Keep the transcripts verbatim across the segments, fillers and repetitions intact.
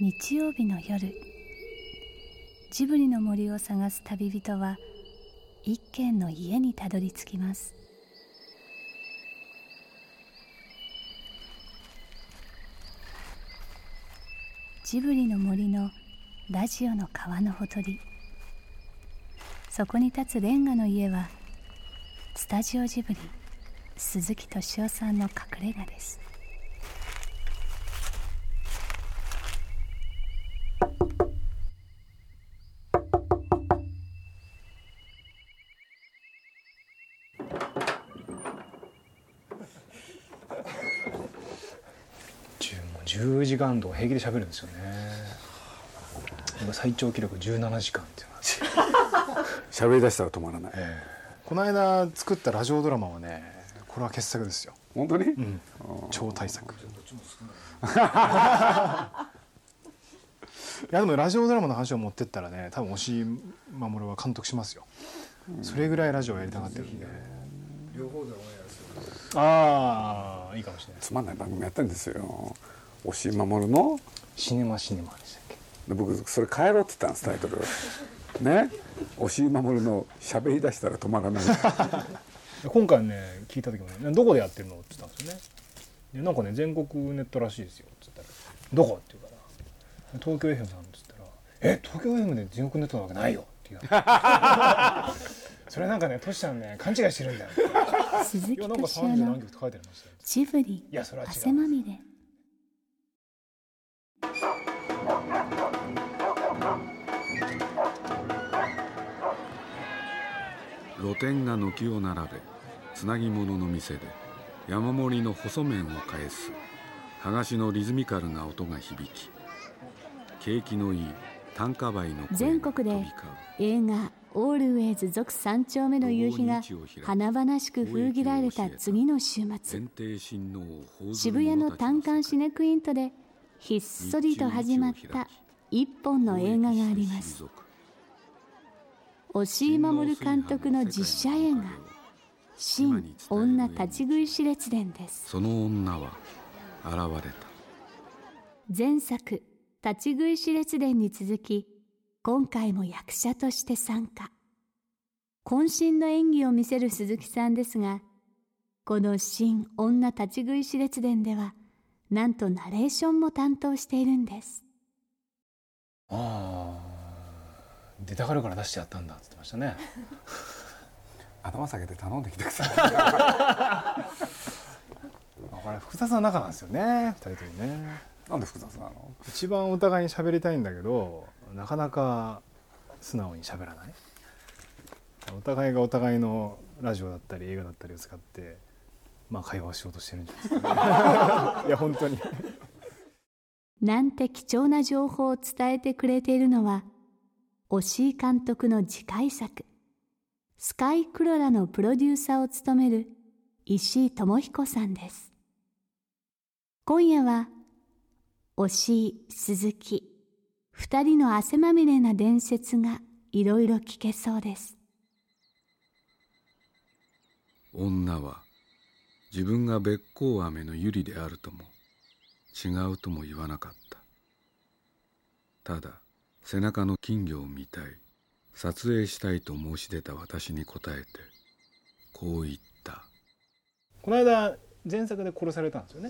日曜日の夜、ジブリの森を探す旅人は一軒の家にたどり着きます。ジブリの森のラジオの川のほとり、そこに立つレンガの家はスタジオジブリ鈴木敏夫さんの隠れ家です。 じゅうじかんとか平気で喋るんですよね。今最長記録じゅうななじかんっていうの喋り出したら止まらない、 えー、この間作ったラジオドラマはね、これは傑作ですよ。 本当に、うん、 超大作。いやでもラジオドラマの話を持ってったらね、多分押井守は監督しますよ、うん、それぐらいラジオをやりたがってるんで、 両方でオンエアする。ああ、いいかもしれない。 つまんない番組やったんですよ、押井守のシネマシネマでしたっけ。 で僕それ変えろって言ったんです、タイトルね、押井守の喋り出したら止まらない今回ね聞いた時もね、どこでやってるのって言ったんですよね。でなんかね、全国ネットらしいですよって言ったら、どこって言うから、東京 エフエム さんって言ったら、え東京 エフエム で全国ネットなわけないよって言うそれなんかね、トシちゃんね勘違いしてるんだよ鈴木敏夫のジブリ汗まみれ。 露店が軒を並べ、つなぎ物の店で山盛りの細麺を返す剥がしのリズミカルな音が響き、景気のいい短歌梅の声が飛び交う。 全国で映画オールウェイズ続三丁目の夕日が華々しく封切られた次の週末、渋谷の単館シネクイントでひっそりと始まった一本の映画があります。押井守監督の実写映画「新女立ち食い死列伝」です。 その女は現れた。 前作「立ち食い死列伝」に続き、今回も役者として参加。渾身の演技を見せる鈴木さんですが、この新女立ち食い死列伝ではなんとナレーションも担当しているんです。 ああ、出たがるから出してやったんだって言ってましたね頭下げて頼んできてくださいこれ複雑な仲なんですよね、ふたりともね。 なんで複雑なの？ 一番お互いに喋りたいんだけど、なかなか素直に喋らない。お互いがお互いのラジオだったり映画だったりを使ってまあ会話をしようとしてるんじゃないですかねいや本当になんて貴重な情報を伝えてくれているのは、押井監督の次回作スカイクロラのプロデューサーを務める石井智彦さんです。今夜は押井、鈴木二人の汗まみれな伝説がいろいろ聞けそうです。 女は自分がべっこう飴の百合であるとも違うとも言わなかった。ただ背中の金魚を見たい、撮影したいと申し出た私に答えてこう言った。 この間前作で殺されたんですよね。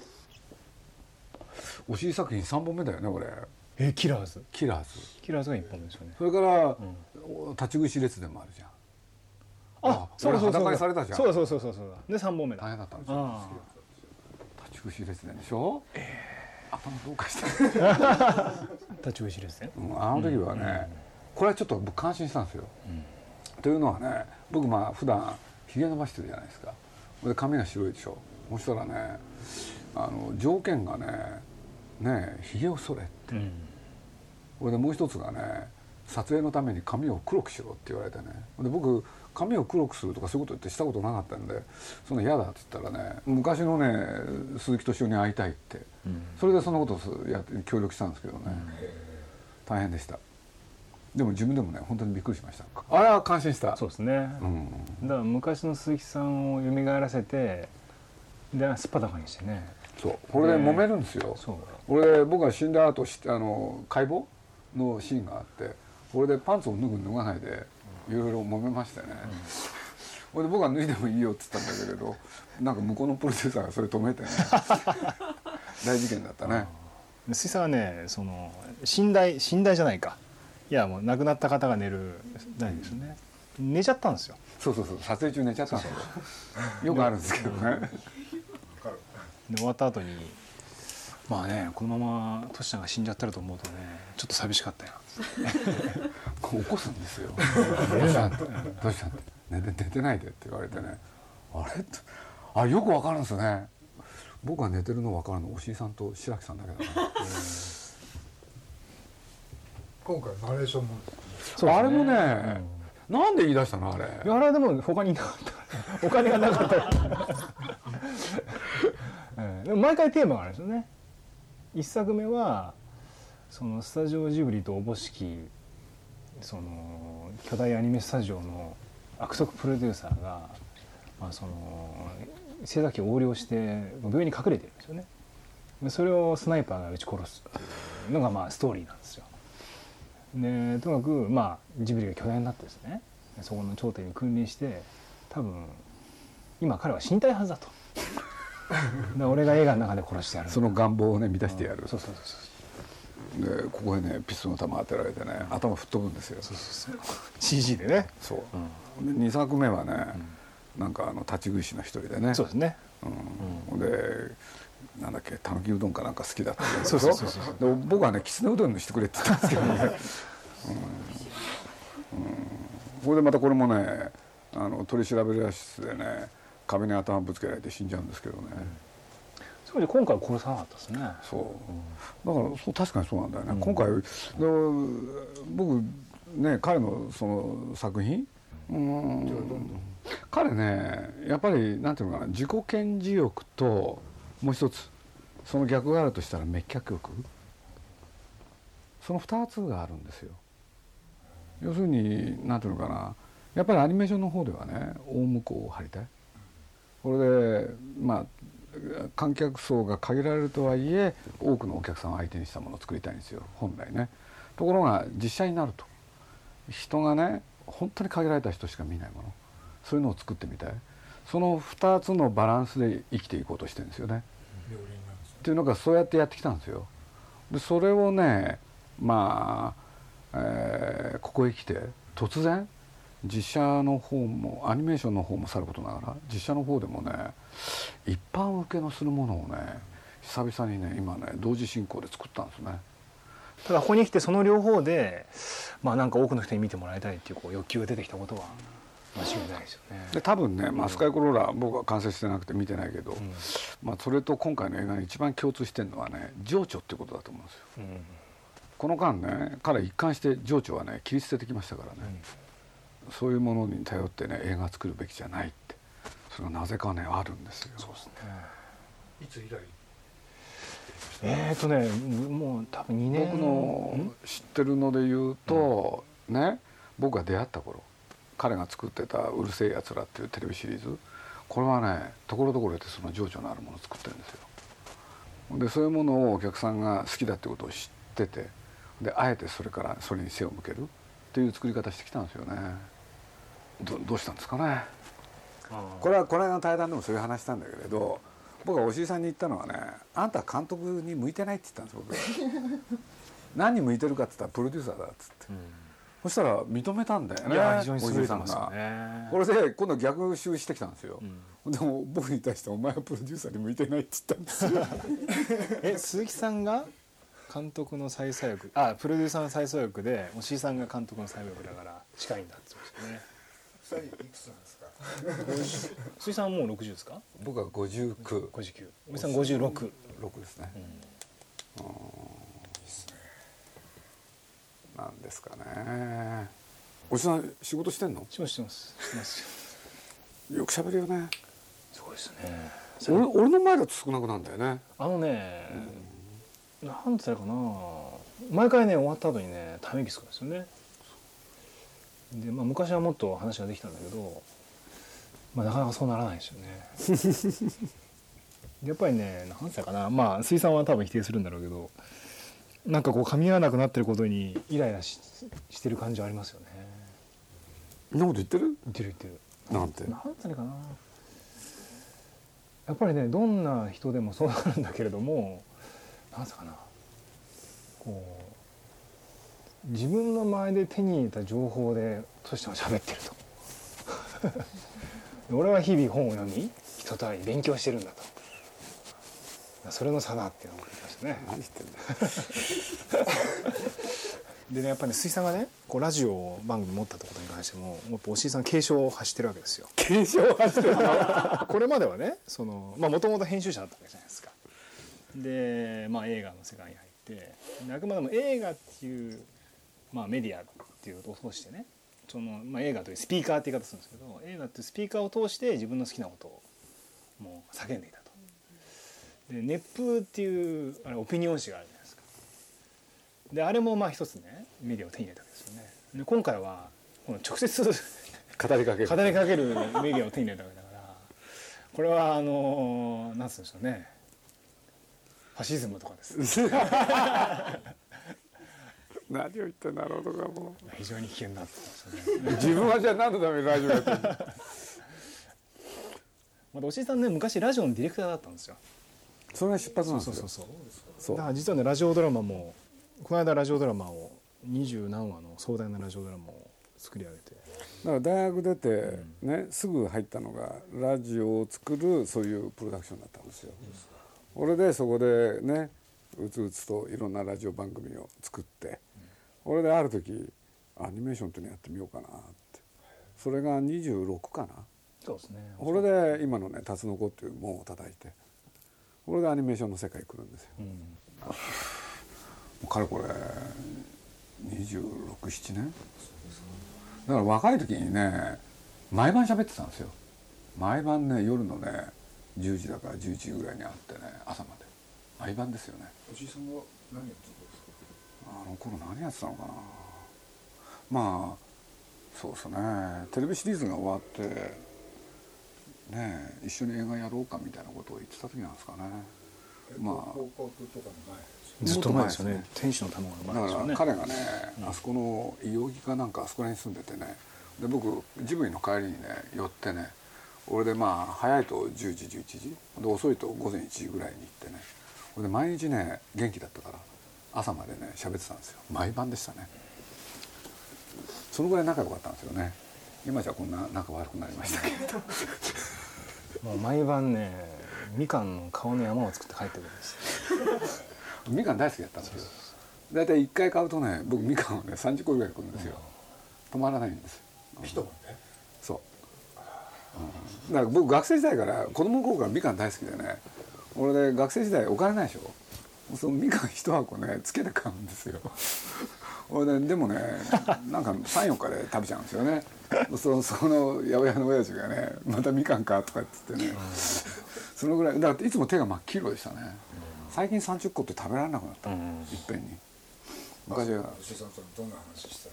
押井作品さんぼんめだよね、これ。 えキラーズキラーズキラーズがいっぽんめですよね。 それから、うん、立ち食い死列伝もあるじゃん。 あ、そうそうそう裸にされたじゃん。 そうそうそうそうそうでさんぼんめだ。 大変だったんですよ。立ち食い死列伝でしょ。えー、頭どうかした立ち食い死列伝、 うん、あの時はね、うん、これはちょっと僕感心したんですよ、うん、というのはね、僕まあ普段ひげ伸ばしてるじゃないですか。で髪が白いでしょ。そしたらね、あの条件がねねひげを剃れって、うん、これでもう一つがね、撮影のために髪を黒くしろって言われてね。で僕髪を黒くするとかそういうことってしたことなかったんで、その嫌だって言ったらね、昔のね鈴木敏夫に会いたいって、うん、それでそのことをやって協力したんですけどね、うん、大変でした。でも自分でもね本当にびっくりしました。あれは感心した。 そうですね、うん、だから昔の鈴木さんを蘇らせて、ですっぱだかにしてね、 そうこれで揉めるんですよ。 そうこれで僕が死んだ後しあの解剖のシーンがあってこれでパンツを脱ぐ脱がないでいろいろ揉めましてね、これで僕は脱いでもいいよって言ったんだけれどなんか向こうのプロデューサーがそれ止めてね大事件だったね。 水さんはねその寝台寝台じゃないかいやもう亡くなった方が寝る台ですね、寝ちゃったんですよ。 そうそうそう撮影中寝ちゃったんですよ。よくあるんですけどね。 で終わった後にまあねこのままトシちゃんが死んじゃったらと思うとねちょっと寂しかったよ起こすんですよ。どうしたんどうしたん寝て寝てないでって言われてねあれあよくわかるんですよね。僕が寝てるの分かるの押井さんと白木さんだけだな。 今回ナレーションもそうですねあれもね、うん、なんで言い出したのあれ。 いやあれはでも他にいなかったお金がなかったうんでも毎回テーマがあるんですよね。一作目はそのスタジオジブリとおぼしきその巨大アニメスタジオの悪徳プロデューサーが、まあ、その制作費を横領して病院に隠れてるんですよね。でそれをスナイパーが撃ち殺すっていうのがまあストーリーなんですよ。でとにかくまあジブリが巨大になってですねそこの頂点に君臨して多分今彼は死にたいはずだとで俺が映画の中で殺してやるその願望をね満たしてやる、うん、 そうそうそうそうでここへねピストルの弾当てられてね、うん、頭吹っ飛ぶんですよ。 そうそうそう シージー でねそう、うん、でにさくめはね、うん、なんかあの立ち食い師の一人でねそうですね、 うん、でなんだっけたぬきうどんかなんか好きだったんでそうそうそうそうで僕はねきつねうどんにしてくれって言ったんですけどね、うんうん、これでまたこれもねあの取り調べ室でね壁に頭ぶつけられて死んじゃうんですけどね、うん、 それで今回は殺さなかったですね。 そう、うん、だからそう確かにそうなんだよね、うん、今回僕ね彼のその作品、うん、彼ねやっぱりなんていうのかな自己顕示欲ともう一つその逆があるとしたら滅却欲そのふたつがあるんですよ。要するになんていうのかなやっぱりアニメーションの方ではね大向こうを張りたい。これでまあ観客層が限られるとはいえ多くのお客さんを相手にしたものを作りたいんですよ本来ね。ところが実写になると人がね本当に限られた人しか見ないものそういうのを作ってみたい。そのふたつのバランスで生きていこうとしてるんですよね。っていうのがそうやってやってきたんですよ。でそれをねまあ、えー、ここへ来て突然実写の方もアニメーションの方もさることながら実写の方でもね一般受けのするものをね久々にね今ね同時進行で作ったんですね。 ただここに来てその両方でまあなんか多くの人に見てもらいたいっていうこう欲求が出てきたことは間違いないですよね。 で多分ね、まあ、スカイクローラー僕は完成してなくて見てないけど、うんまあ、それと今回の映画に一番共通してるのはね情緒ってことだと思うんですよ、うん、この間ね彼一貫して情緒はね切り捨ててきましたからね、うん、そういうものに頼ってね映画作るべきじゃないってそれがなぜかねあるんですよ。 そうですね。 いつ以来えーとねもう多分にねん僕の知ってるので言うと、うん、ね僕が出会った頃彼が作ってた「うるせえやつら」っていうテレビシリーズこれはねところどころでその情緒のあるものを作ってるんですよ。でそういうものをお客さんが好きだってことを知っててであえてそれからそれに背を向けるっていう作り方してきたんですよね。 ど, どうしたんですかね。これはこの間の対談でもそういう話したんだけれど僕は押井さんに言ったのはねあんた監督に向いてないって言ったんです僕何に向いてるかって言ったらプロデューサーだっつって、うんそしたら認めたんだよね。 いや非常に優れてますよね。 これで今度逆襲してきたんですよ、うん、でも僕に対してお前はプロデューサーに向いてないって言ったんですよえ鈴木さんが監督の再作欲あプロデューサーの再作欲で押井さんが監督の再作欲だから近いんだって言ってましたね。 ふたりいくつなんですか。 鈴木さんはもうろくじゅうですか。 僕はごじゅうきゅう。 ごじゅうきゅう。押井さんごじゅうろく。 ろくですね、うんなんですかね。おじさん仕事してんの？ 仕事してます。してますよく喋るよね。 そうですね。 俺, 俺の前だと少なくなんだよね。 あのね、うん、なんて言ったらいいかな。毎回ね終わった後にねため息つくんですよね。でまあ昔はもっと話ができたんだけど、まあなかなかそうならないですよね。 やっぱりね、なんつうかな、まあ水産は多分否定するんだろうけど、なんかこう噛み合わなくなってることにイライラ し, してる感じはありますよね。 そんなこと言ってる？ 言ってる言ってる。 なんて。 なんつうのかな、やっぱりね、どんな人でもそうなるんだけれども、なんつうかな、こう自分の前で手に入れた情報でとしても喋ってると俺は日々本を読み人と会い勉強してるんだと、それの差だっていうのを思いましたね。 何してんだでね、やっぱりね、水産がねこうラジオ番組持ったってことに関してもやっぱおしいさん警鐘を発してるわけですよ。 継承はしてるこれまではね、そのまあもともと編集者だったわけじゃないですか。で、まあ、映画の世界に入ってあくまでも映画っていう、まあ、メディアっていうのを通してね、その、まあ、映画というスピーカーって言い方するんですけど、映画っていうスピーカーを通して自分の好きなことをもう叫んでいたと。で熱風っていうあれオピニオン誌があるじゃないですか。であれもまあ一つねメディアを手に入れたわけですよね。で今回はこの直接語りかける語りかけるメディアを手に入れたわけだから、これはあの何て言うんでしょうね、ファシズムとかです何を言ってんだろうとかもう非常に危険だって言ってましたね自分はじゃあ何のためにラジオやってるのまたおしいさんね、昔ラジオのディレクターだったんですよ。 それが出発なんですよ。 そうそうそうそうだから実はねラジオドラマもこの間ラジオドラマを二十何話の壮大なラジオドラマを作り上げて、 だから大学出てね、すぐ入ったのがラジオを作るそういうプロダクションだったんですよ。俺でそこでねうつうつといろんなラジオ番組を作って、俺である時アニメーションっていうのやってみようかなって、それがにじゅうろくかな。 そうですね。 これで今のねタツノコっていう門を叩いて、これでアニメーションの世界に来るんですよ。うん、かれこれにじゅうろく、ななねんだから若い時にね毎晩喋ってたんですよ。毎晩ね夜のねじゅうじだからじゅういちじぐらいに会ってね朝まで毎晩ですよね。 おじいさんは何やってたんですか？ あの頃何やってたのかな。まあそうですね、テレビシリーズが終わってね一緒に映画やろうかみたいなことを言ってた時なんですかね。まあ広告とかの前ずっと前ですよね。天使の卵の前ですよね。 だから彼がね、あそこの伊予木かなんかあそこら辺に住んでてね、で僕ジブリの帰りにね寄ってね、俺でまあ早いとじゅうじじゅういちじで遅いと午前いちじぐらいに行ってね、俺で毎日ね元気だったから朝までね喋ってたんですよ。毎晩でしたね。そのぐらい仲良かったんですよね。今じゃこんな仲悪くなりましたけどもう毎晩ねみかんの顔の山を作って帰ってくるんですみかん大好きだったんですよ。だいたいいっかい買うとね僕みかんをねさんじゅっこぐらい食うんですよ。止まらないんですよ。 一晩ね。 そう、うん、だから僕学生時代から子供の頃からみかん大好きでね、俺で学生時代お金ないでしょ、そのみかん一箱ねつけて買うんですよ俺ででもねなんかさんよっかで食べちゃうんですよねそのその八百屋の親父がねまたみかんかとかって言ってねそのぐらいだからいつも手が真っ黄色でしたね。最近さんじゅっこって食べられなくなった、いっぺんに。昔はおじいさんとどんな話した？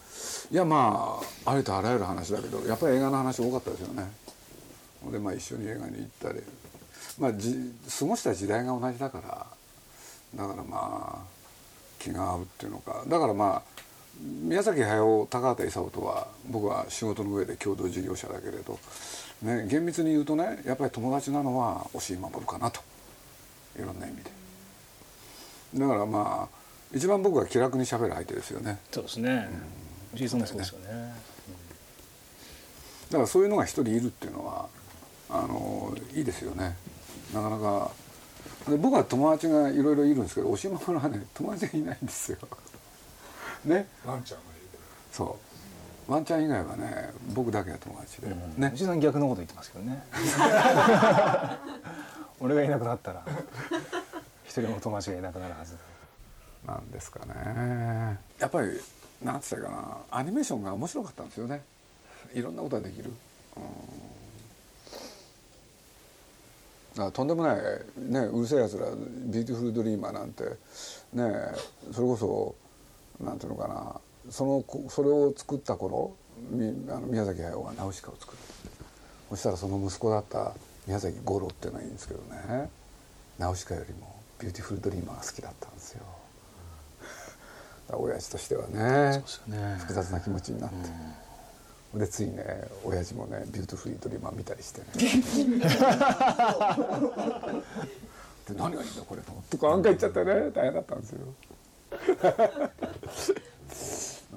いやまあありとあらゆる話だけどやっぱり映画の話多かったですよね。でまあ一緒に映画に行ったり、まあじ過ごした時代が同じだからだからまあ気が合うっていうのか、だからまあ宮崎駿高畑勲とは僕は仕事の上で共同事業者だけれど、ね、厳密に言うとねやっぱり友達なのは押井守かなといろんな意味で。だからまあ一番僕が気楽に喋る相手ですよね。 そうですね。おじいさんもそうですよね。 だからそういうのが一人いるっていうのはあのいいですよね。なかなかで僕は友達がいろいろいるんですけど押井守はね友達がいないんですよね。 ワンちゃんがいる。 そうワンちゃん以外はね僕だけが友達で、うん、ね。 おじいさん逆のこと言ってますけどね俺がいなくなったら一人も友達がいなくなるはずなんですかね。やっぱりなんつったかな、アニメーションが面白かったんですよね。いろんなことができる、うん、だからとんでもないねうるせえやつらビューティフルドリーマーなんてねそれこそなんていうのかな、そのそれを作った頃みあの宮崎駿がナウシカを作る、そしたらその息子だった宮崎五郎っていうのがいいんですけどね、 ナウシカよりもビューティフルドリーマーが好きだったんですよ。親父としてはね、 そうですよね、 複雑な気持ちになって、うん、でついね親父もねビューティフルドリーマー見たりしてねで何がいいんだこれとか案外言っちゃってね大変だったんですようん、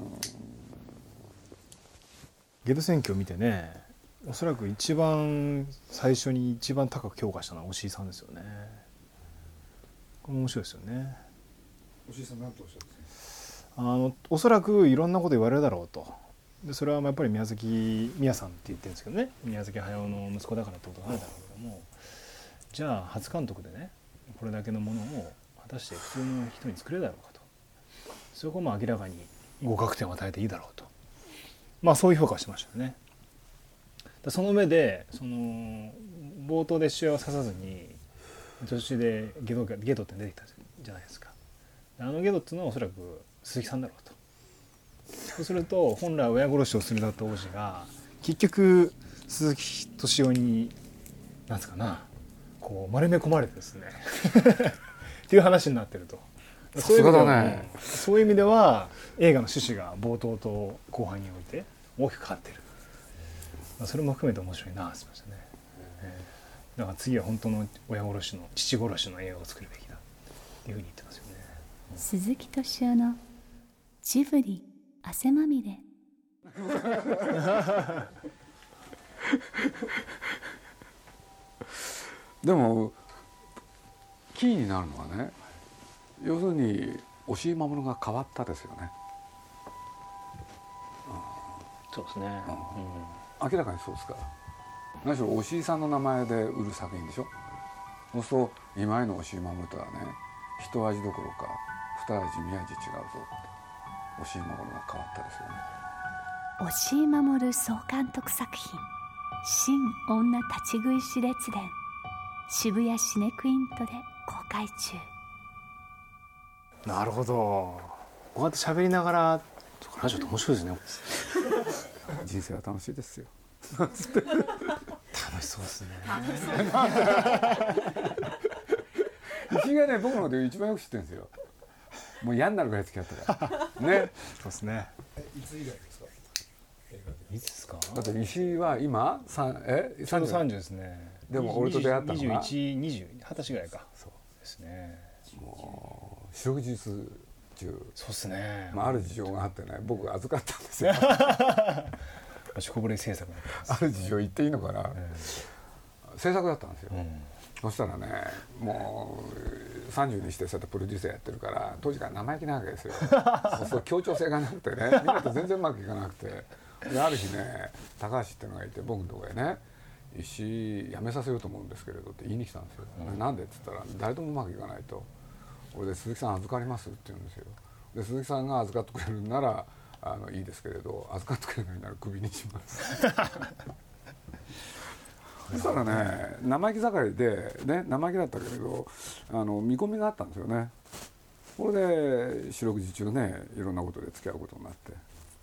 ゲド戦記を見てね、おそらく一番最初に一番高く評価したのは押井さんですよね。これ面白いですよね。 押井さん何とおっしゃってたんですか？ あのおそらくいろんなこと言われるだろうと。でそれはやっぱり宮崎宮さんって言ってるんですけどね、宮崎駿の息子だからってことがあるだろうけども、じゃあ初監督でねこれだけのものを果たして普通の人に作れるだろうかと、そこも明らかに合格点を与えていいだろうと、まあそういう評価をしてましたよね。その上でその冒頭で主役を刺さずに途中でゲドゲドって出てきたじゃないですか。あのゲドっていうのはおそらく鈴木さんだろうと。そうすると本来親殺しをするだった王子が結局鈴木敏夫になんつうかなこう丸め込まれてですねっていう話になってると。そういう意味では、ね、そういう意味では映画の趣旨が冒頭と後半において大きく変わってる。それも含めて面白いなと思いましたね。えー、だから次は本当の親殺しの父殺しの映画を作るべきだっていうふうに言ってますよね。 鈴木敏夫のジブリ汗まみれでもキーになるのはね、要するに押井守が変わったですよね。 そうですね、 うん、明らかにそうですから。何しろ押井さんの名前で売る作品でしょ。そうすると今井の押井守とはね一味どころか二味三味違うぞって押井守が変わったですよね。 押井守総監督作品新女立ち食い死列伝、渋谷シネクイントで公開中。 なるほど、こうやって喋りながらラジオって面白いですね人生は楽しいですよ楽しそうですね石井がね僕のこと一番よく知ってるんですよ。もう嫌になるぐらい付き合ったからね。 そうですね。 いつ以来ですか？ いつですか？ だって石井は今三えちょうどさんじゅうですね。 でも俺と出会ったのがにじゅういち、にじゅう、はたちぐらいか。 そうですね。 もう四六時中そうですね。 まあ、ある事情があってね僕が預かったんですよしこぼれ制作だったんです。 ある事情言っていいのかな、えー、制作だったんですよ、うん、そしたらねもうさんじゅうにしてそうやってプロデューサーやってるから当時から生意気なわけですよそう協調性がなくてねみんなと全然うまくいかなくてである日ね高橋っていうのがいて僕のところへね石井辞めさせようと思うんですけれどって言いに来たんですよ、うん、なんでって言ったら誰ともうまくいかないと。俺で鈴木さん預かりますって言うんですよ。で鈴木さんが預かってくれるならあのいいですけれど預かってくれないならクビにしますそしたらね生意気盛りでね生意気だったけれどあの見込みがあったんですよね。これで四六時中ねいろんなことで付き合うことになって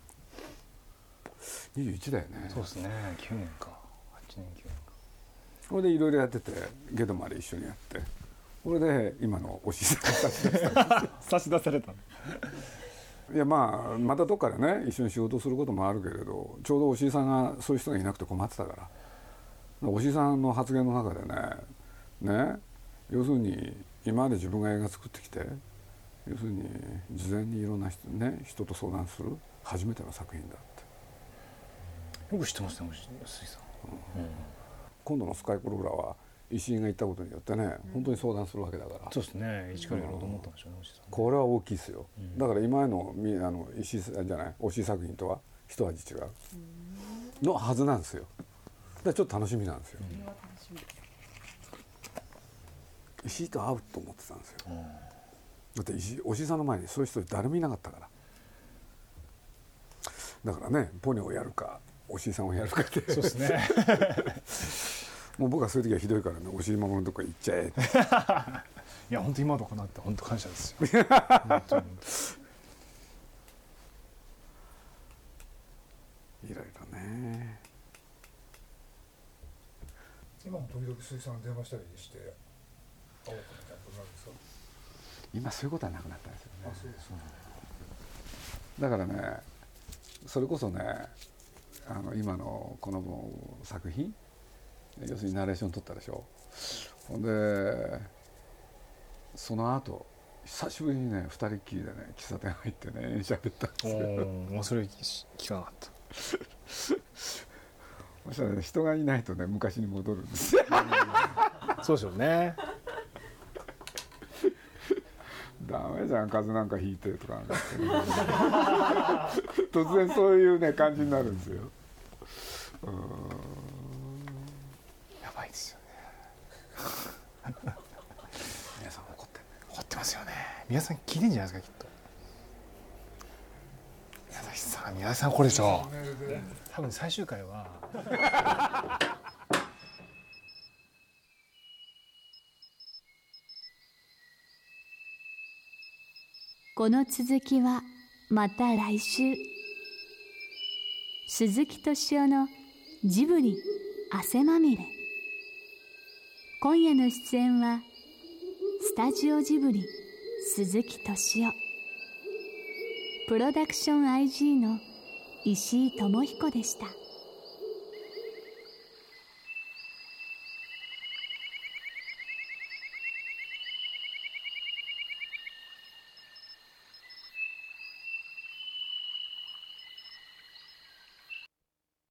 にじゅういちだよね。 そうですねきゅうねんかはちねんきゅうねんか。 これでいろいろやっててゲドまで一緒にやってこれで今の押井さんが差し出されたいやまあまたどっかでね一緒に仕事することもあるけれどちょうど押井さんがそういう人がいなくて困ってたから押井さんの発言の中でねね要するに今まで自分が映画作ってきて要するに事前にいろんな人ね人と相談する初めての作品だってよく知ってますね鈴木さん、うんうん、 今度のスカイクローラーは石井が言ったことによってね、うん、本当に相談するわけだからそうですね一からやろうと思ったんでしょうね、うん、 これは大きいですよ、うん、だから今のあの石井じゃない押井作品とは一味違うのはずなんですよ。でちょっと楽しみなんですよ、うん、石井と会うと思ってたんですよ、うん、だって石井押井さんの前にそういう人誰もいなかったからだからねポニョをやるか押井さんをやるかってそうですねもう僕はそういう時はひどいからね押井守のとこ行っちゃえっていや本当今の子なって本当感謝ですよいろいろね今も時々鈴木さん電話したりして青子みたいなことなんですか？ 今そういうことはなくなったんですよね。 あ、そうですね。 だからね、それこそね、あの今のこの作品、要するにナレーション撮ったでしょ。ほんでその後久しぶりにね二人っきりでね喫茶店入ってね喋ったんですよ。 面白い聞かなかった。 そしたらね、人がいないとね昔に戻るんですよ。 そうでしょうね。 ダメじゃん、風なんか引いてとかなんか突然そういうね感じになるんですよ。うーん、 やばいですよね。皆さん怒って怒ってますよね。皆さん聞いてんじゃないですか、きっと。宮崎さん、宮崎さんこれでしょ。多分最終回はこの続きはまた来週。鈴木敏夫のジブリ汗まみれ。今夜の出演はスタジオジブリ鈴木敏夫、プロダクション アイジー の石井智彦でした。